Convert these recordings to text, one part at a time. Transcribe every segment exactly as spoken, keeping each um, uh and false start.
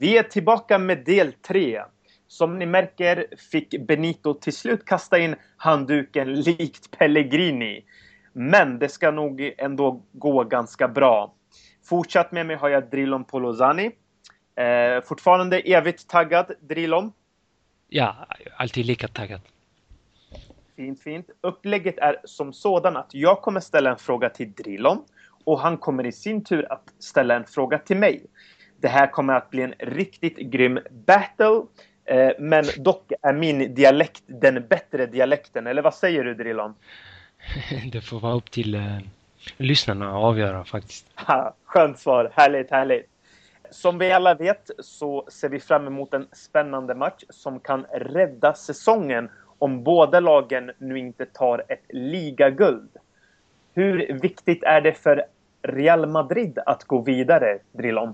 Vi är tillbaka med del tre. Som ni märker fick Benito till slut kasta in handduken likt Pellegrini. Men det ska nog ändå gå ganska bra. Fortsatt med mig har jag Drilon Polozani. Eh, fortfarande evigt taggad, Drilon. Ja, alltid lika taggad. Fint, fint. Upplägget är som sådan att jag kommer ställa en fråga till Drilon. Och han kommer i sin tur att ställa en fråga till mig. Det här kommer att bli en riktigt grym battle. Eh, men dock är min dialekt den bättre dialekten. Eller vad säger du, Drilon? Det får vara upp till eh, lyssnarna att avgöra faktiskt. Ha, skönt svar. Härligt, härligt. Som vi alla vet så ser vi fram emot en spännande match som kan rädda säsongen om båda lagen nu inte tar ett ligaguld. Hur viktigt är det för Real Madrid att gå vidare, Drilon?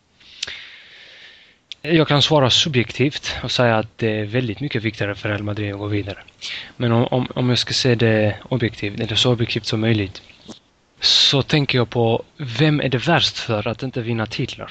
Jag kan svara subjektivt och säga att det är väldigt mycket viktigare för Real Madrid att gå vidare. Men om, om, om jag ska se det objektivt, eller så objektivt som möjligt, så tänker jag på vem är det värst för att inte vinna titlar?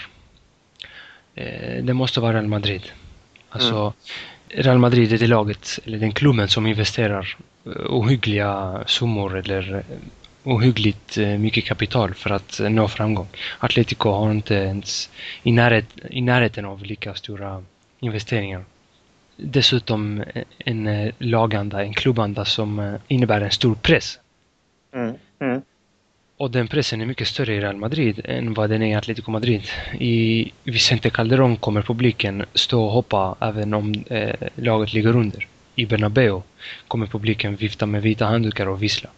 Eh, det måste vara Real Madrid. Alltså, mm. Real Madrid är det laget, eller den klubben som investerar ohyggliga summor eller ohyggligt mycket kapital för att nå framgång. Atletico har inte ens i, närhet, i närheten av lika stora investeringar. Dessutom en laganda, en klubbanda som innebär en stor press. Mm. Mm. Och den pressen är mycket större i Real Madrid än vad den är i Atletico Madrid. I Vicente Calderón kommer publiken stå och hoppa även om eh, laget ligger under. I Bernabéu kommer publiken vifta med vita handdukar och vissla.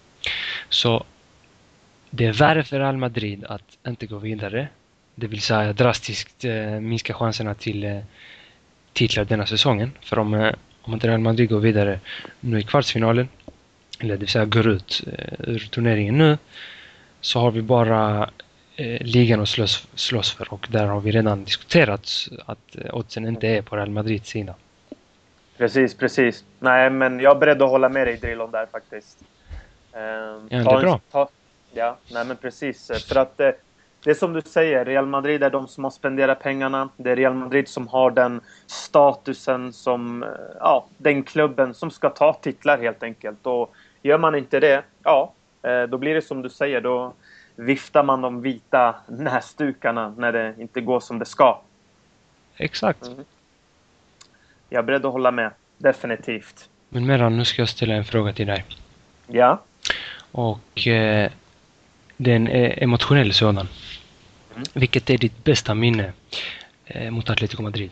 Så det är värre för Real Madrid att inte gå vidare. Det vill säga drastiskt eh, minska chanserna till eh, titlar denna säsongen. För om, eh, om inte Real Madrid går vidare nu i kvartsfinalen, eller det vill säga går ut eh, ur turneringen nu, så har vi bara eh, ligan att slåss, slåss för. Och där har vi redan diskuterat att eh, oddsen inte är på Real Madrids sida. Precis, precis. Nej, men jag är beredd att hålla med dig, Drilon, där faktiskt. Uh, ja, det är bra. Ta, ja, nej men precis. För att eh, det är som du säger, Real Madrid är de som har spenderat pengarna. Det är Real Madrid som har den statusen som, ja, den klubben som ska ta titlar helt enkelt. Och gör man inte det, ja, eh, då blir det som du säger. Då viftar man de vita näsdukarna när det inte går som det ska. Exakt. Mm. Jag är beredd att hålla med, definitivt. Men Meran, nu ska jag ställa en fråga till dig. Ja. Och eh, den är emotionell sådan. Mm. Vilket är ditt bästa minne eh, mot Atletico Madrid?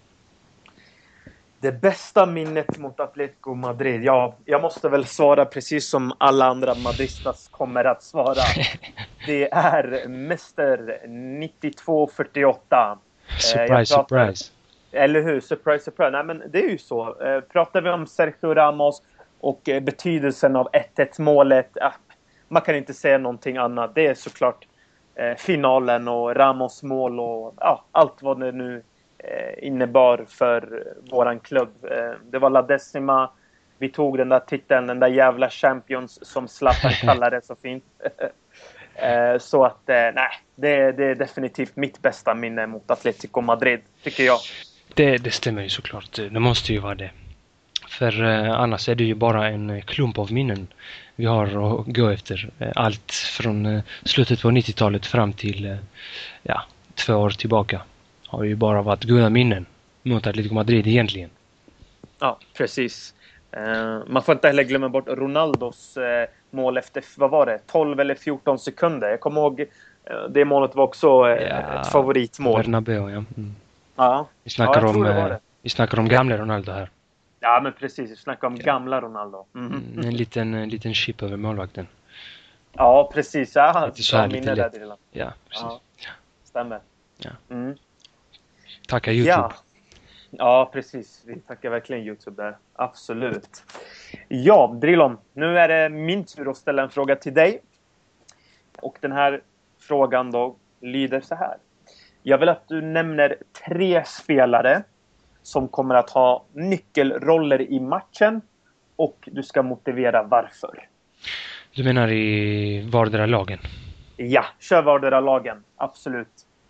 Det bästa minnet mot Atletico Madrid? Ja, jag måste väl svara precis som alla andra madristas kommer att svara. Det är Mister nittiotvå fyrtioåtta. Surprise, pratar, surprise. Eller hur? Surprise, surprise. Nej, men det är ju så. Pratar vi om Sergio Ramos och betydelsen av ett ett målet, man kan inte säga någonting annat. Det är såklart eh, finalen och Ramos mål och ja, allt vad det nu eh, innebar för våran klubb. Eh, det var La Decima. Vi tog den där titeln, den där jävla Champions som Zlatan kallar det så fint. eh, så att eh, nej, det, det är definitivt mitt bästa minne mot Atletico Madrid, tycker jag. Det, det stämmer ju såklart. Det måste ju vara det. För eh, annars är det ju bara en klump av minnen vi har att gå efter. Eh, allt från eh, slutet på nittiotalet fram till eh, ja, två år tillbaka har ju bara varit goda minnen mot Atletico Madrid egentligen. Ja, precis. Eh, man får inte heller glömma bort Ronaldos eh, mål efter, vad var det, tolv eller fjorton sekunder. Jag kommer ihåg, eh, det målet var också eh, ja, ett favoritmål. Bernabéu, ja. Mm. Ja. Vi snackar ja, om, eh, vi snackar om gamla Ronaldo här. Ja, men precis. Vi snackar om ja. gamla Ronaldo. Mm. Mm, en liten, en liten chip över målvakten. Ja, precis. Ja, lite så här, lite lätt. Där, ja, precis. Ja. Stämmer. Ja. Mm. Tackar YouTube. Ja. ja, precis. Vi tackar verkligen YouTube där. Absolut. Ja, Drilon. Nu är det min tur att ställa en fråga till dig. Och den här frågan då lyder så här. Jag vill att du nämner tre spelare som kommer att ha nyckelroller i matchen och du ska motivera varför. Du menar i vardera lagen? Ja, kör vardera lagen. Absolut.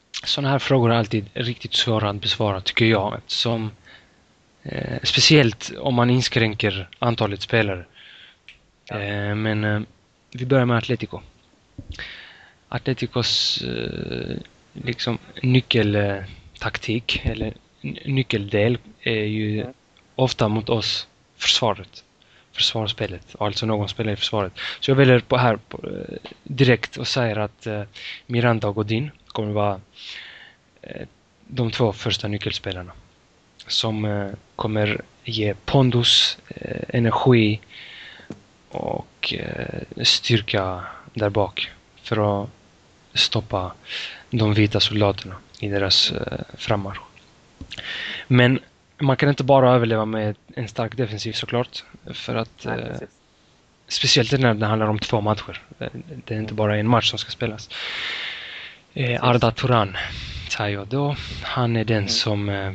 sådana här frågor är alltid riktigt svåra att besvara, tycker jag. Eftersom, eh, speciellt om man inskränker antalet spelare. Ja. Eh, men eh, vi börjar med Atletico. Atleticos eh, liksom nyckeltaktik eller n- nyckeldel är ju Mm. ofta mot oss försvaret. Försvarsspelet. Alltså någon spelar i försvaret. Så jag väljer på här på, eh, direkt och säger att eh, Miranda och Godin kommer vara eh, de två första nyckelspelarna. Som eh, kommer ge pondus, eh, energi och eh, styrka där bak för att stoppa de vita soldaterna i deras eh, frammarsch. Men man kan inte bara överleva med en stark defensiv såklart, för att Nej, eh, precis. speciellt när det handlar om två matcher. Eh, Det är inte bara en match som ska spelas. Eh, Arda Turan säger jag då. Han är den Mm. som eh,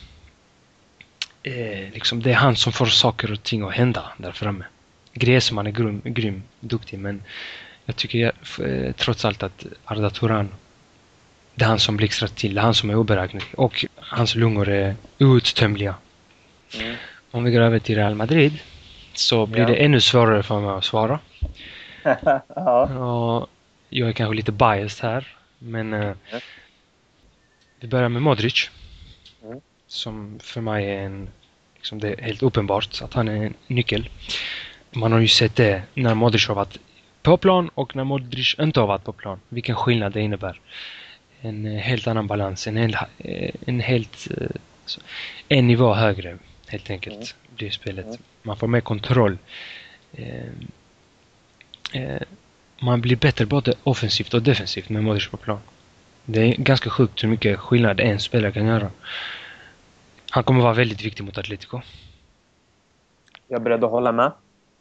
eh, liksom, det är han som får saker och ting att hända där framme. Griezmann är grym, grym duktig, men jag tycker jag, eh, trots allt att Arda Turan, det är han som blixtrar till, det är han som är oberäknelig och hans lungor är outtömliga. Mm. Om vi går över till Real Madrid så blir Ja. det ännu svårare för mig att svara. Ja. Och jag är kanske lite biased här, men eh, Ja. vi börjar med Modric. Mm. Som för mig är en, liksom det är helt uppenbart att han är en nyckel. Man har ju sett det när Modric har varit på plan och när Modric inte har varit på plan. Vilken skillnad det innebär. En eh, helt annan balans, en, hel, eh, en helt eh, så- en nivå högre helt enkelt Mm. blir spelet. Mm. Man får mer kontroll. Eh, eh, man blir bättre både offensivt och defensivt med Modric på plan. Det är ganska sjukt hur mycket skillnad en spelare kan göra. Han kommer vara väldigt viktig mot Atletico. Jag är beredd att hålla med.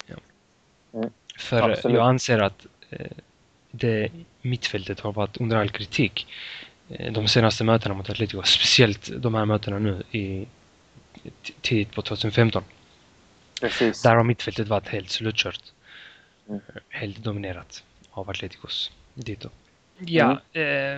För Absolut. jag anser att eh, det mittfältet har varit under all kritik. Eh, de senaste mötena mot Atletico. Speciellt de här mötena nu i t- tidigt på tjugohundrafemton. Precis. Där har mittfältet varit helt slutkört. Mm. Helt dominerat av Atleticos dito. Ja, eh,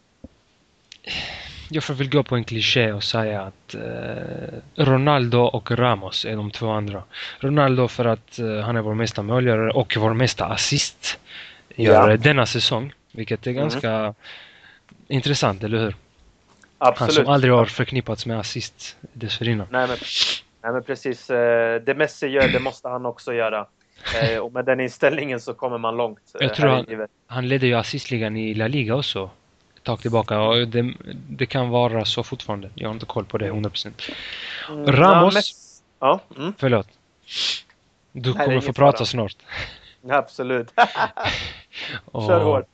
jag får väl gå på en kliché och säga att eh, Ronaldo och Ramos är de två andra. Ronaldo för att eh, han är vår mesta målgörare och vår mesta assistgörare Ja. denna säsong. Vilket är Mm. ganska intressant, eller hur? Han Absolut. som aldrig har förknippats med assist dessförinnan. Nej men, nej, men precis. eh, Det Messi gör, det måste han också göra. Eh, Och med den inställningen så kommer man långt. eh, Jag tror här i han- livet. Han ledde ju assistligan i La Liga också. Ett tag tillbaka. Och det, det kan vara så fortfarande. Jag har inte koll på det hundra procent. Mm, Ramos- ja, Messi- Ja, mm, Förlåt. Du det är kommer ingen få prata fara. snart. absolut. Och, Kör hårt.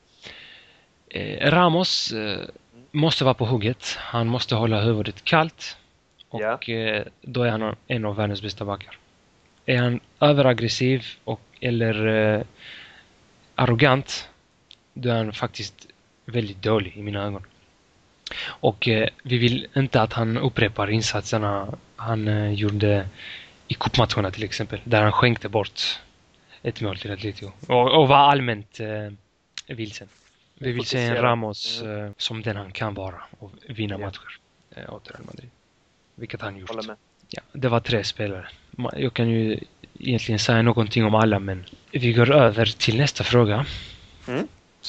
eh, Ramos eh, måste vara på hugget. Han måste hålla huvudet kallt. Och Ja. eh, då är han en av världens bästa backar. Är han överaggressiv och, eller eh, arrogant, då är han faktiskt väldigt dålig i mina ögon. Och eh, vi vill inte att han upprepar insatserna han eh, gjorde i cupmatcherna till exempel. Där han skänkte bort ett mål till Atletico. Och, och var allmänt eh, vilsen. Vi vill se en Fokuserad. Ramos eh, som den han kan vara och vinna Ja. matcher eh, åt Real Madrid. Vilket han gjort. Håller med. Ja, det var tre spelare. Ma- Jag kan ju egentligen säga någonting om alla, men vi går över till nästa fråga. Mm.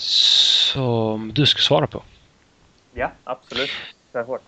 Som du ska svara på. Ja, absolut. Kör hårt.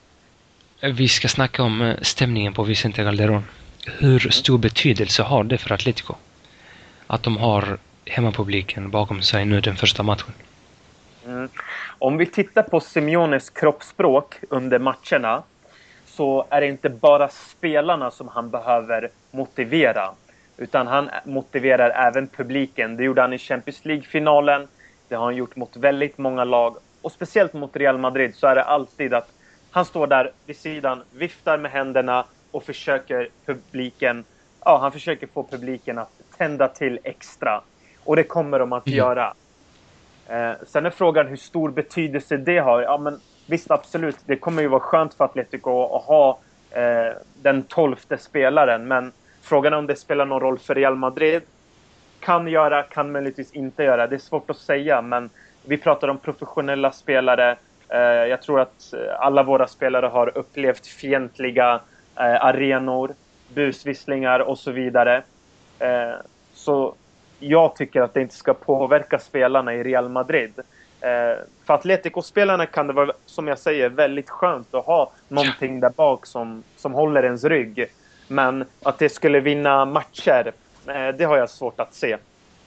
Vi ska snacka om eh, stämningen på Vicente Calderón. Hur stor betydelse har det för Atletico? Att de har hemmapubliken bakom sig nu den första matchen. Mm. Om vi tittar på Simeones kroppsspråk under matcherna så är det inte bara spelarna som han behöver motivera. Utan han motiverar även publiken. Det gjorde han i Champions League-finalen. Det har han gjort mot väldigt många lag. Och speciellt mot Real Madrid så är det alltid att han står där vid sidan, viftar med händerna och försöker publiken, ja, han försöker få publiken att tända till extra. Och det kommer de att Mm. göra. Eh, sen är frågan hur stor betydelse det har. Ja, men visst, absolut. Det kommer ju vara skönt för Atletico att ha eh, den tolfte spelaren. Men frågan är om det spelar någon roll för Real Madrid. Kan göra, kan möjligtvis inte göra. Det är svårt att säga, men vi pratar om professionella spelare. Eh, jag tror att alla våra spelare har upplevt fientliga eh, arenor, busvisslingar och så vidare. Eh, så jag tycker att det inte ska påverka spelarna i Real Madrid. Eh, för Atletico-spelarna kan det vara, som jag säger, väldigt skönt att ha någonting där bak som, som håller ens rygg. Men att det skulle vinna matcher, eh, det har jag svårt att se.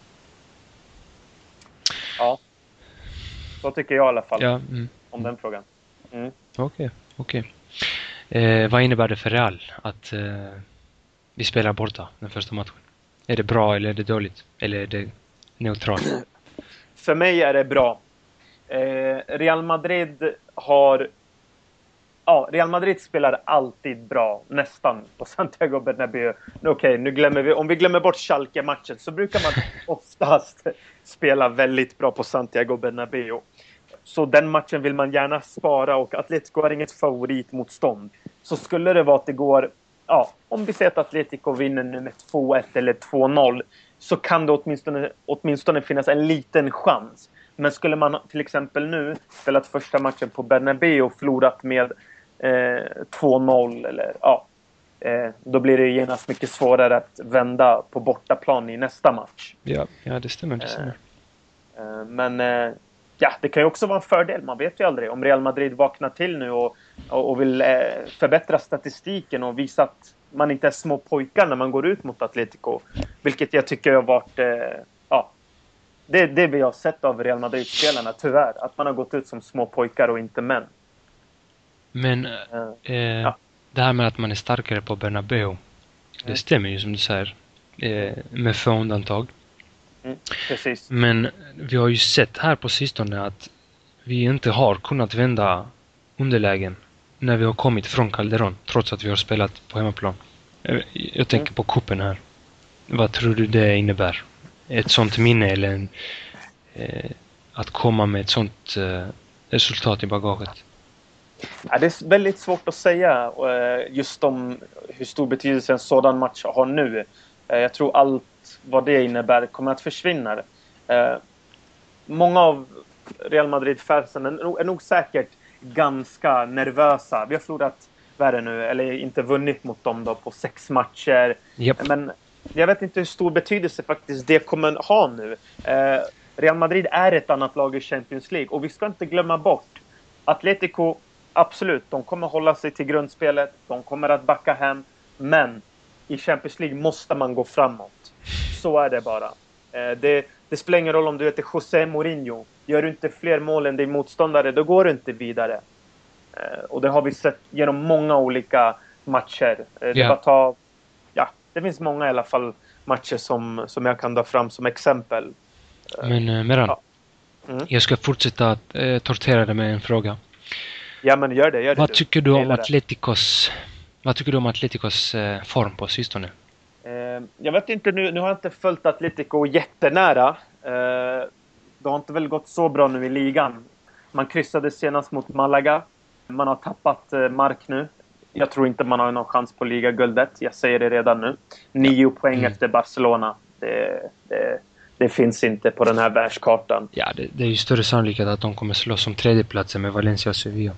Ja. Så tycker jag i alla fall. Ja, mm. Om den frågan. Mm. Okej, okay, okej. Okay. Eh, vad innebär det för Real att eh, vi spelar borta den första matchen? Är det bra eller är det dåligt? Eller är det neutralt? För mig är det bra. Eh, Real Madrid har... Ja, Real Madrid spelar alltid bra, nästan, på Santiago Bernabéu. Okej, okay, nu glömmer vi... Om vi glömmer bort Schalke-matchen så brukar man oftast spela väldigt bra på Santiago Bernabéu. Så den matchen vill man gärna spara och Atletico är inget favoritmotstånd. Så skulle det vara att det går... Ja, om vi säger att Atletico vinner nu med två ett eller två noll så kan det åtminstone, åtminstone finnas en liten chans. Men skulle man till exempel nu spelat första matchen på Bernabéu och förlorat med eh, två noll eller ja, eh, då blir det genast mycket svårare att vända på bortaplan i nästa match. Ja, ja det stämmer. Det stämmer. Eh, eh, men eh, ja, det kan ju också vara en fördel. Man vet ju aldrig om Real Madrid vaknar till nu och, och, och vill eh, förbättra statistiken och visa att man inte är små pojkar när man går ut mot Atletico. Vilket jag tycker har varit... Eh, ja, det, det vi har sett av Real Madrid-spelarna, tyvärr. Att man har gått ut som små pojkar och inte män. Men eh, ja. Det här med att man är starkare på Bernabéu, mm. det stämmer ju som du säger. Eh, med få undantag. Mm, precis. Men vi har ju sett här på sistone att vi inte har kunnat vända underlägen när vi har kommit från Calderón, trots att vi har spelat på hemmaplan. Jag, jag tänker mm. på kuppen här. Vad tror du det innebär? Ett sånt minne eller en, eh, att komma med ett sånt eh, resultat i bagaget? Ja, det är väldigt svårt att säga eh, just om hur stor betydelse en sådan match har nu. Eh, jag tror allt vad det innebär kommer att försvinna. Eh, många av Real Madrid-fansen är, är nog säkert ganska nervösa. Vi har förlorat värre nu, eller inte vunnit mot dem då på sex matcher. Yep. Men jag vet inte hur stor betydelse faktiskt det kommer ha nu. Eh, Real Madrid är ett annat lag i Champions League och vi ska inte glömma bort Atletico, absolut, de kommer hålla sig till grundspelet, de kommer att backa hem, men i Champions League måste man gå framåt. Så är det bara. Eh, det, det spelar ingen roll om du heter José Mourinho. Gör du inte fler mål än din motståndare, då går du inte vidare. Eh, och det har vi sett genom många olika matcher. Eh, det, yeah. bara ta, ja, det finns många i alla fall matcher som, som jag kan ta fram som exempel. Eh, Men eh, Meran, ja. mm. jag ska fortsätta att eh, tortera dig med en fråga. Ja, men gör det, gör det. Vad du. tycker du om Atleticos, vad tycker du om Atleticos eh, form på sistone? Eh, jag vet inte, nu, nu har jag inte följt Atletico jättenära. Eh, det har inte väl gått så bra nu i ligan. Man kryssade senast mot Malaga. Man har tappat eh, mark nu. Jag tror inte man har någon chans på ligaguldet. Jag säger det redan nu. Nio poäng mm. efter Barcelona. Det, det, det finns inte på den här världskartan. Ja, det, det är ju större sannolikhet att de kommer slåss om tredjeplatsen med Valencia och Sevilla.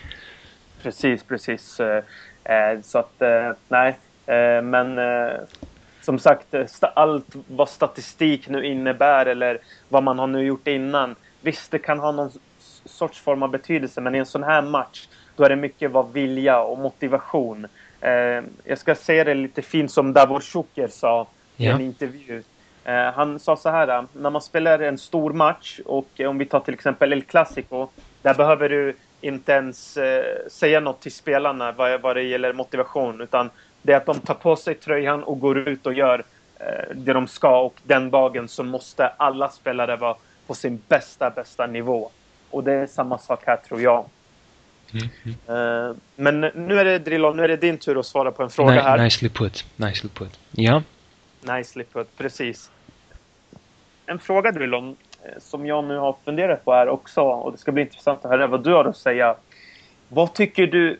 Precis, precis. Eh, så att, eh, nej. Eh, men eh, som sagt, allt vad statistik nu innebär eller vad man har nu gjort innan. Visst, det kan ha någon sorts form av betydelse, men i en sån här match då är det mycket vad vilja och motivation. Eh, jag ska säga det lite fint som Davor Šuker sa i ja. en intervju. Eh, han sa så här, när man spelar en stor match och om vi tar till exempel El Clasico, där behöver du inte ens eh, säga något till spelarna vad, vad det gäller motivation, utan det är att de tar på sig tröjan och går ut och gör eh, det de ska, och den dagen så måste alla spelare vara på sin bästa, bästa nivå. Och det är samma sak här, tror jag. Mm, mm. Uh, men nu är det Drilon, nu är det din tur att svara på en fråga Ni- här. Nicely put, nicely put. Ja. Nicely put, precis. En fråga, Drilon, som jag nu har funderat på här också, och det ska bli intressant att höra vad du har att säga. Vad tycker du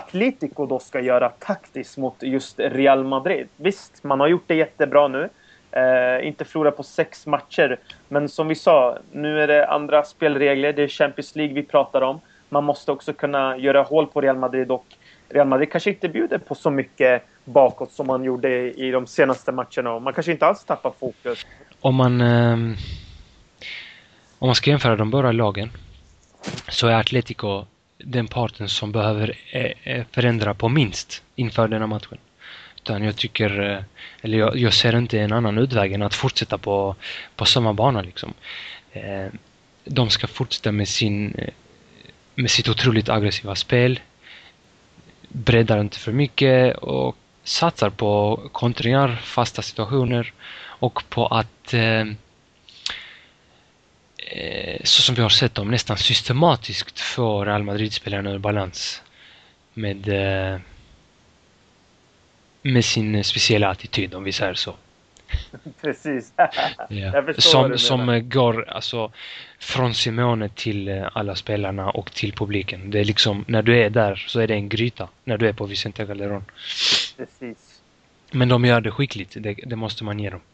Atletico då ska göra taktiskt mot just Real Madrid? Visst, man har gjort det jättebra nu. Eh, inte förlora på sex matcher. Men som vi sa, nu är det andra spelregler. Det är Champions League vi pratar om. Man måste också kunna göra hål på Real Madrid. Och Real Madrid kanske inte bjuder på så mycket bakåt som man gjorde i de senaste matcherna. Och man kanske inte alls tappar fokus. Om man, eh, om man ska jämföra de båda lagen så är Atletico den parten som behöver eh, förändra på minst inför den här matchen. Utan jag tycker, eller jag, jag ser inte en annan utväg än att fortsätta på, på samma bana liksom. Eh, de ska fortsätta med sin med sitt otroligt aggressiva spel. Breddar inte för mycket och satsar på kontringar, fasta situationer och på att eh, så som vi har sett dem nästan systematiskt för Real Madrid-spelarna ur balans med eh, med sin speciella attityd, om vi säger så. Precis. Yeah. Som, som går alltså från Simeone till alla spelarna och till publiken. Det är liksom, när du är där så är det en gryta när du är på Vicente Calderón. Precis. Men de gör det skickligt, det, det måste man ge dem.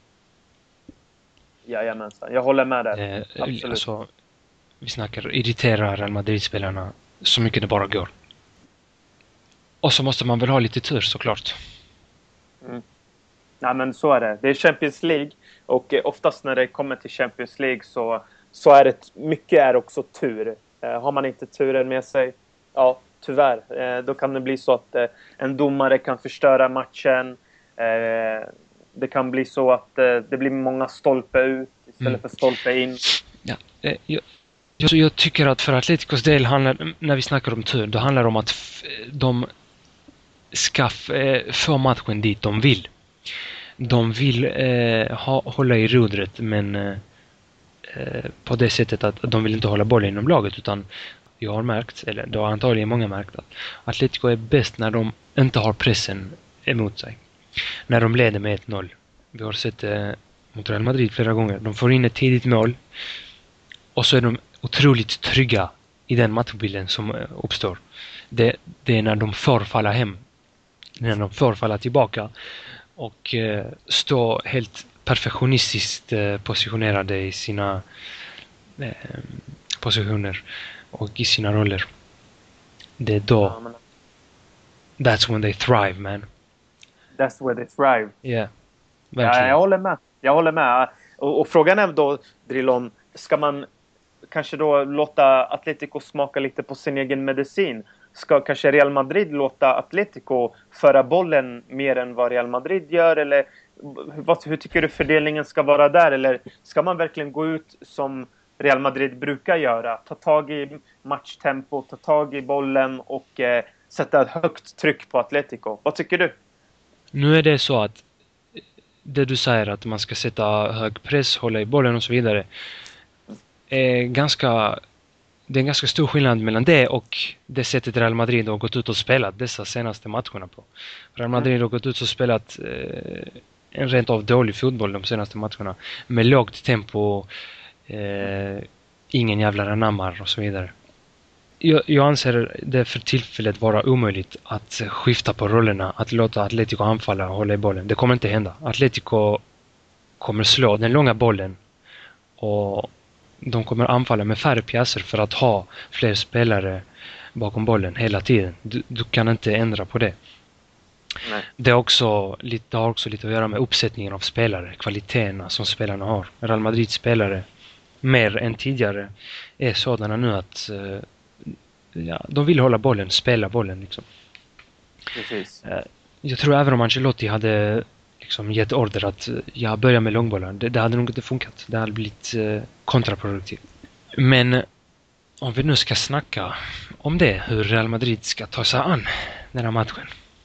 Jajamensan, jag håller med där. Eh, Absolut. Alltså, vi snackar irritera Real Madrid-spelarna så mycket det bara går. Och så måste man väl ha lite tur såklart. Mm. Nej, men så är det. Det är Champions League. Och eh, oftast när det kommer till Champions League så, så är det mycket är också tur. Eh, har man inte turen med sig, ja, tyvärr. Eh, då kan det bli så att eh, en domare kan förstöra matchen. Eh, det kan bli så att eh, det blir många stolpe ut istället mm. för stolpe in. Ja, eh, jag, jag, jag tycker att för Atleticos del handlar, när vi snackar om tur, då handlar det om att f- de ska f- få matchen dit de vill. De vill eh, ha, hålla i rodret, men eh, på det sättet att de vill inte hålla bollen inom laget, utan jag har märkt, eller då har antagligen många märkt, att Atletico är bäst när de inte har pressen emot sig. När de leder med ett noll. Vi har sett eh, mot Real Madrid flera gånger. De får in ett tidigt mål och så är de otroligt trygga i den matchbilden som eh, uppstår. Det, det är när de får falla hem, när de får falla tillbaka och eh, stå helt perfektionistiskt eh, positionerade i sina eh, positioner och i sina roller. Det är då Ja, men... that's when they thrive, man. That's where they thrive. Yeah. Ja, jag håller med. Jag håller med. Och, och frågan är då, Drillon, ska man kanske då låta Atletico smaka lite på sin egen medicin? Ska kanske Real Madrid låta Atletico föra bollen mer än vad Real Madrid gör? Eller vad, hur tycker du fördelningen ska vara där? Eller ska man verkligen gå ut som Real Madrid brukar göra? Ta tag i matchtempo, ta tag i bollen och eh, sätta ett högt tryck på Atletico. Vad tycker du? Nu är det så att det du säger att man ska sätta hög press, hålla i bollen och så vidare är ganska, det är en ganska stor skillnad mellan det och det sättet Real Madrid har gått ut och spelat dessa senaste matcherna på. Real Madrid har gått ut och spelat eh, en rent av dålig fotboll de senaste matcherna med lågt tempo, eh, ingen jävla anammar och så vidare. Jag, jag anser det för tillfället vara omöjligt att skifta på rollerna, att låta Atletico anfalla och hålla i bollen. Det kommer inte hända. Atletico kommer slå den långa bollen och de kommer anfalla med färre pjäser för att ha fler spelare bakom bollen hela tiden. Du, du kan inte ändra på det. Nej. Det, är också, det har också lite att göra med uppsättningen av spelare, kvaliteterna som spelarna har. Real Madrid spelare mer än tidigare är sådana nu att ja, de vill hålla bollen, spela bollen liksom. Precis. Jag tror även om Ancelotti hade liksom gett order att jag börjar med långbollen, det, det hade nog inte funkat. Det hade blivit eh, kontraproduktivt. Men om vi nu ska snacka om det, hur Real Madrid ska ta sig an den här matchen.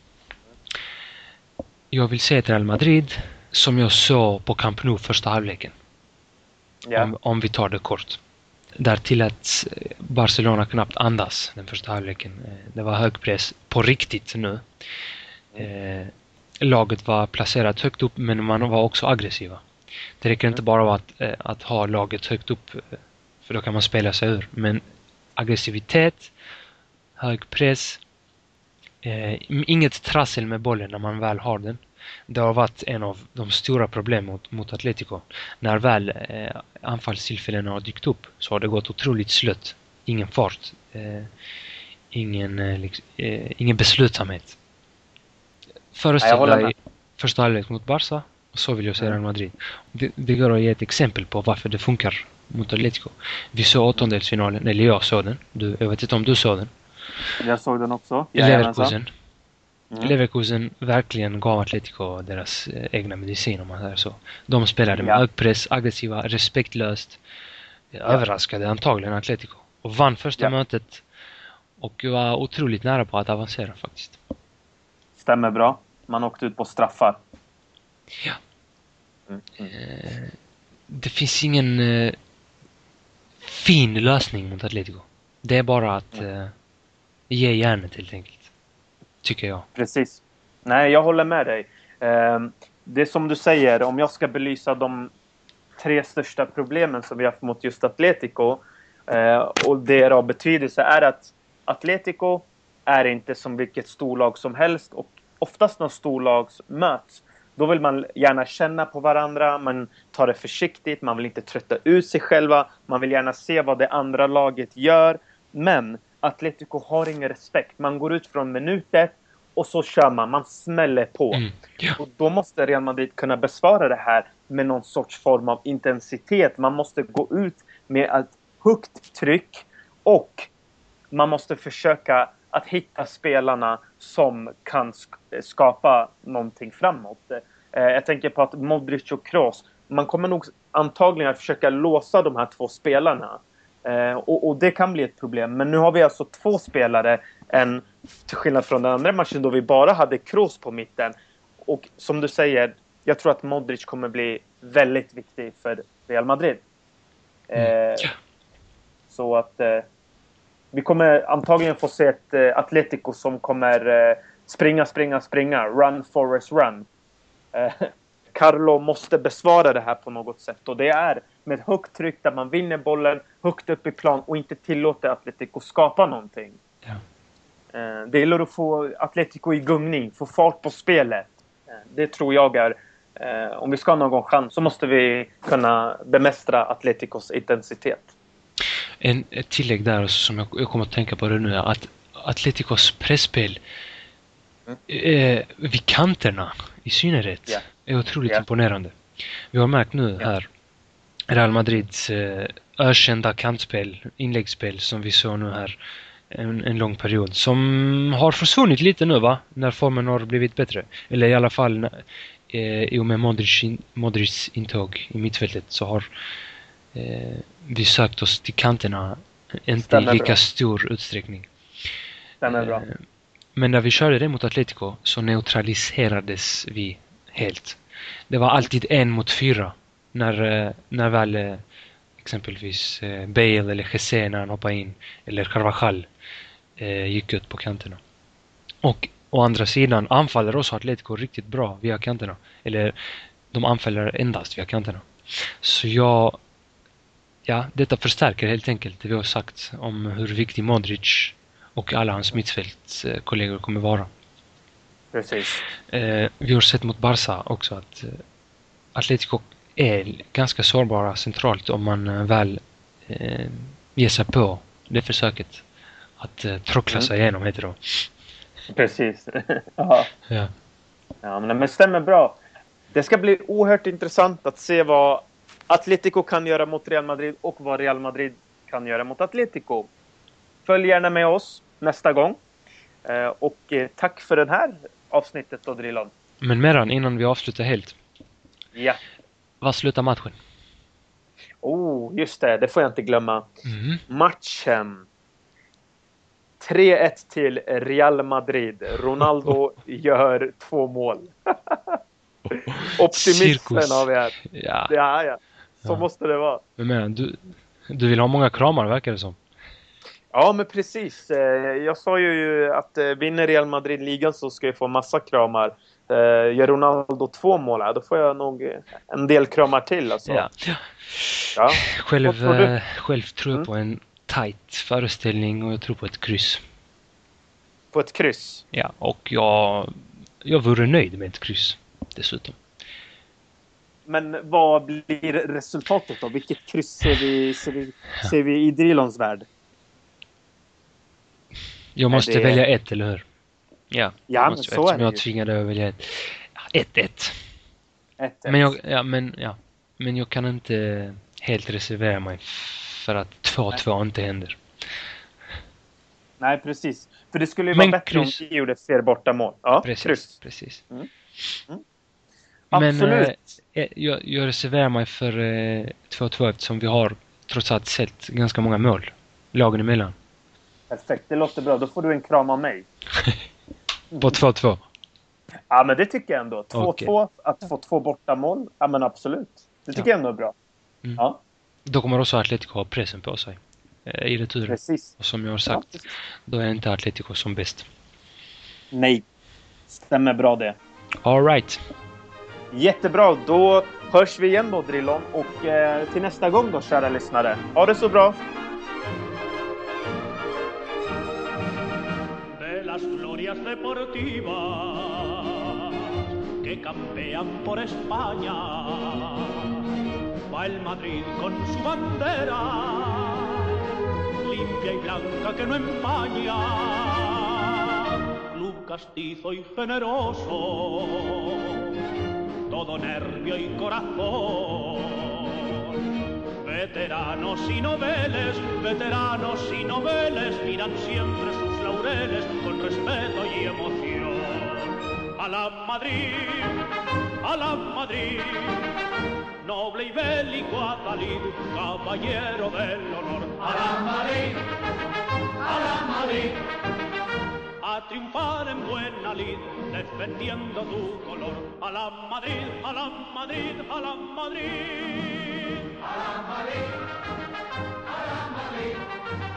Jag vill se ett Real Madrid som jag såg på Camp Nou första halvleken. Ja. Om, om vi tar det kort. Där till att Barcelona knappt andas den första halvleken. Det var hög press på riktigt nu. Eh, laget var placerat högt upp, men man var också aggressiva. Det räcker inte bara att, eh, att ha laget högt upp, för då kan man spela sig ur. Men aggressivitet, hög press, eh, inget trassel med bollen när man väl har den. det har varit en av de stora problemen mot, mot Atletico. När väl eh, anfallstillfällena har dykt upp så har det gått otroligt slött. Ingen fart. Eh, ingen, eh, liksom, eh, ingen beslutsamhet. Föreställ dig första halvlek mot Barca och så vill jag säga Real Madrid. Det, det går att ge ett exempel på varför det funkar mot Atletico. Vi såg åttondelsfinalen, eller jag såg den. Du, jag vet inte om du såg den. Jag såg den också. Leverkusen. Mm. Leverkusen verkligen gav Atletico deras eh, egna medicin om man säger så. De spelade med ja. hög press, aggressiva, respektlöst. Ja. Överraskade antagligen Atletico. Och vann första ja. mötet. Och var otroligt nära på att avancera faktiskt. Stämmer bra. Man åkte ut på straffar. Ja. Mm. Mm. Eh, det finns ingen eh, fin lösning mot Atletico. Det är bara att eh, ge järnet helt enkelt. Tycker jag. Precis. Nej, jag håller med dig. Eh, det är som du säger, om jag ska belysa de tre största problemen som vi har haft mot just Atletico eh, och det är av betydelse är att Atletico är inte som vilket storlag som helst och oftast när storlag möts då vill man gärna känna på varandra, man tar det försiktigt, man vill inte trötta ut sig själva, man vill gärna se vad det andra laget gör, men Atletico har ingen respekt. Man går ut från minutet och så kör man, man smäller på. Mm. Yeah. Och då måste Real Madrid kunna besvara det här med någon sorts form av intensitet. Man måste gå ut med ett högt tryck och man måste försöka att hitta spelarna som kan skapa någonting framåt. Jag tänker på att Modric och Kroos, man kommer nog antagligen att försöka låsa de här två spelarna. Och, och det kan bli ett problem. Men nu har vi alltså två spelare, en, till skillnad från den andra matchen då vi bara hade Kroos på mitten. Och som du säger, jag tror att Modric kommer bli väldigt viktig för Real Madrid. Mm. Eh, så att eh, vi kommer antagligen få se ett eh, Atletico som kommer eh, springa, springa, springa. Run, Forest, run. Eh, Carlo måste besvara det här på något sätt. Och det är med ett högt tryck där man vinner bollen högt upp i plan och inte tillåter Atletico skapa någonting. Ja. Eh, det gäller att få Atletico i gungning, få fart på spelet. Eh, det tror jag är, eh, om vi ska ha någon chans så måste vi kunna bemästra Atleticos intensitet. En, ett tillägg där som jag, jag kommer att tänka på det nu är att Atleticos pressspel mm. eh, vid kanterna i synnerhet yeah. är otroligt yeah. imponerande. Vi har märkt nu yeah. här Real Madrids eh, ökända kantspel, inläggsspel som vi såg nu här en, en lång period som har försvunnit lite nu va? När formen har blivit bättre. Eller i alla fall eh, i och med Modric, Modrics intåg i mittfältet så har eh, vi sökt oss till kanterna inte Stämmer i lika bra. stor utsträckning. Stämmer bra. Eh, men när vi körde det mot Atletico så neutraliserades vi helt. Det var alltid en mot fyra. När, när väl exempelvis Bale eller Jesse när han hoppade in eller Carvajal eh, gick ut på kanterna. Och å andra sidan anfaller också Atletico riktigt bra via kanterna. Eller de anfaller endast via kanterna. Så jag, ja, detta förstärker helt enkelt det vi har sagt om hur viktig Modric och alla hans mittfältskollegor kommer vara. Precis. Eh, vi har sett mot Barca också att eh, Atletico är ganska sårbara centralt om man väl eh, ger sig på det försöket att eh, trockla sig mm. igenom heter det. Precis. ja. Ja. Ja, men det stämmer bra. Det ska bli oerhört intressant att se vad Atletico kan göra mot Real Madrid och vad Real Madrid kan göra mot Atletico. Följ gärna med oss nästa gång. Eh, och eh, tack för den här avsnittet då, Drilon. Men Meran, innan vi avslutar helt. Ja. Vad slutar matchen? Oh, just det. Det får jag inte glömma. Mm. Matchen. tre ett till Real Madrid. Ronaldo gör två mål. Optimismen har vi här. Ja. Ja, ja. Så ja. måste det vara. Men Meran, du, du vill ha många kramar, verkar det som. Ja, men precis. Jag sa ju att vinner Real Madrid ligan så ska jag få massa kramar. Gör Ronaldo två mål, då får jag nog en del kramar till. Alltså. Ja. Ja. Själv, själv tror jag mm. på en tight föreställning och jag tror på ett kryss. På ett kryss? Ja, och jag, jag vore nöjd med ett kryss. dessutom. Men vad blir resultatet då? Vilket kryss ser vi, ser vi, ser vi i Drilons värld? Jag måste det... välja ett, eller hur? Ja, ja måste, men så är det jag ju. tvingade att välja ett. ett ett. ett ett. Men jag, ja, men, ja. men jag kan inte helt reservera mig för att två två inte händer. Nej, precis. För det skulle ju Men vara bättre kryss. om vi gjorde fler bortamål. Ja, Precis, kryss. precis. Mm. Mm. Men Absolut. eh, jag, jag reserverar mig för eh, två två eftersom vi har trots allt sett ganska många mål lagen emellan. Perfekt, det låter bra. Då får du en kram av mig. På två två. Ja, men det tycker jag ändå. två två, Okay. att få två bortamål. Ja, men absolut. Det tycker Ja. jag ändå är bra. Mm. Ja, Då kommer också Atletico ha pressen på sig eh, i returen. precis. Och som jag har sagt, Ja. då är inte Atletico som bäst. Nej. Stämmer bra det. All right. Jättebra. Då hörs vi igen då, Drillon. Och eh, till nästa gång då, kära lyssnare. Ha det så bra. De las glorias deportivas que campean por España va el Madrid con su bandera limpia y blanca que no empaña, club castizo y generoso, todo nervio y corazón. Veteranos y noveles, veteranos y noveles miran siempre sus laureles con respeto y emoción. A la Madrid, a la Madrid, noble y bélico Adalid, caballero del honor. A la Madrid, a la Madrid, a triunfar en buena lid, defendiendo tu color. A la Madrid, a la Madrid, a la Madrid. A la Madrid, a la Madrid.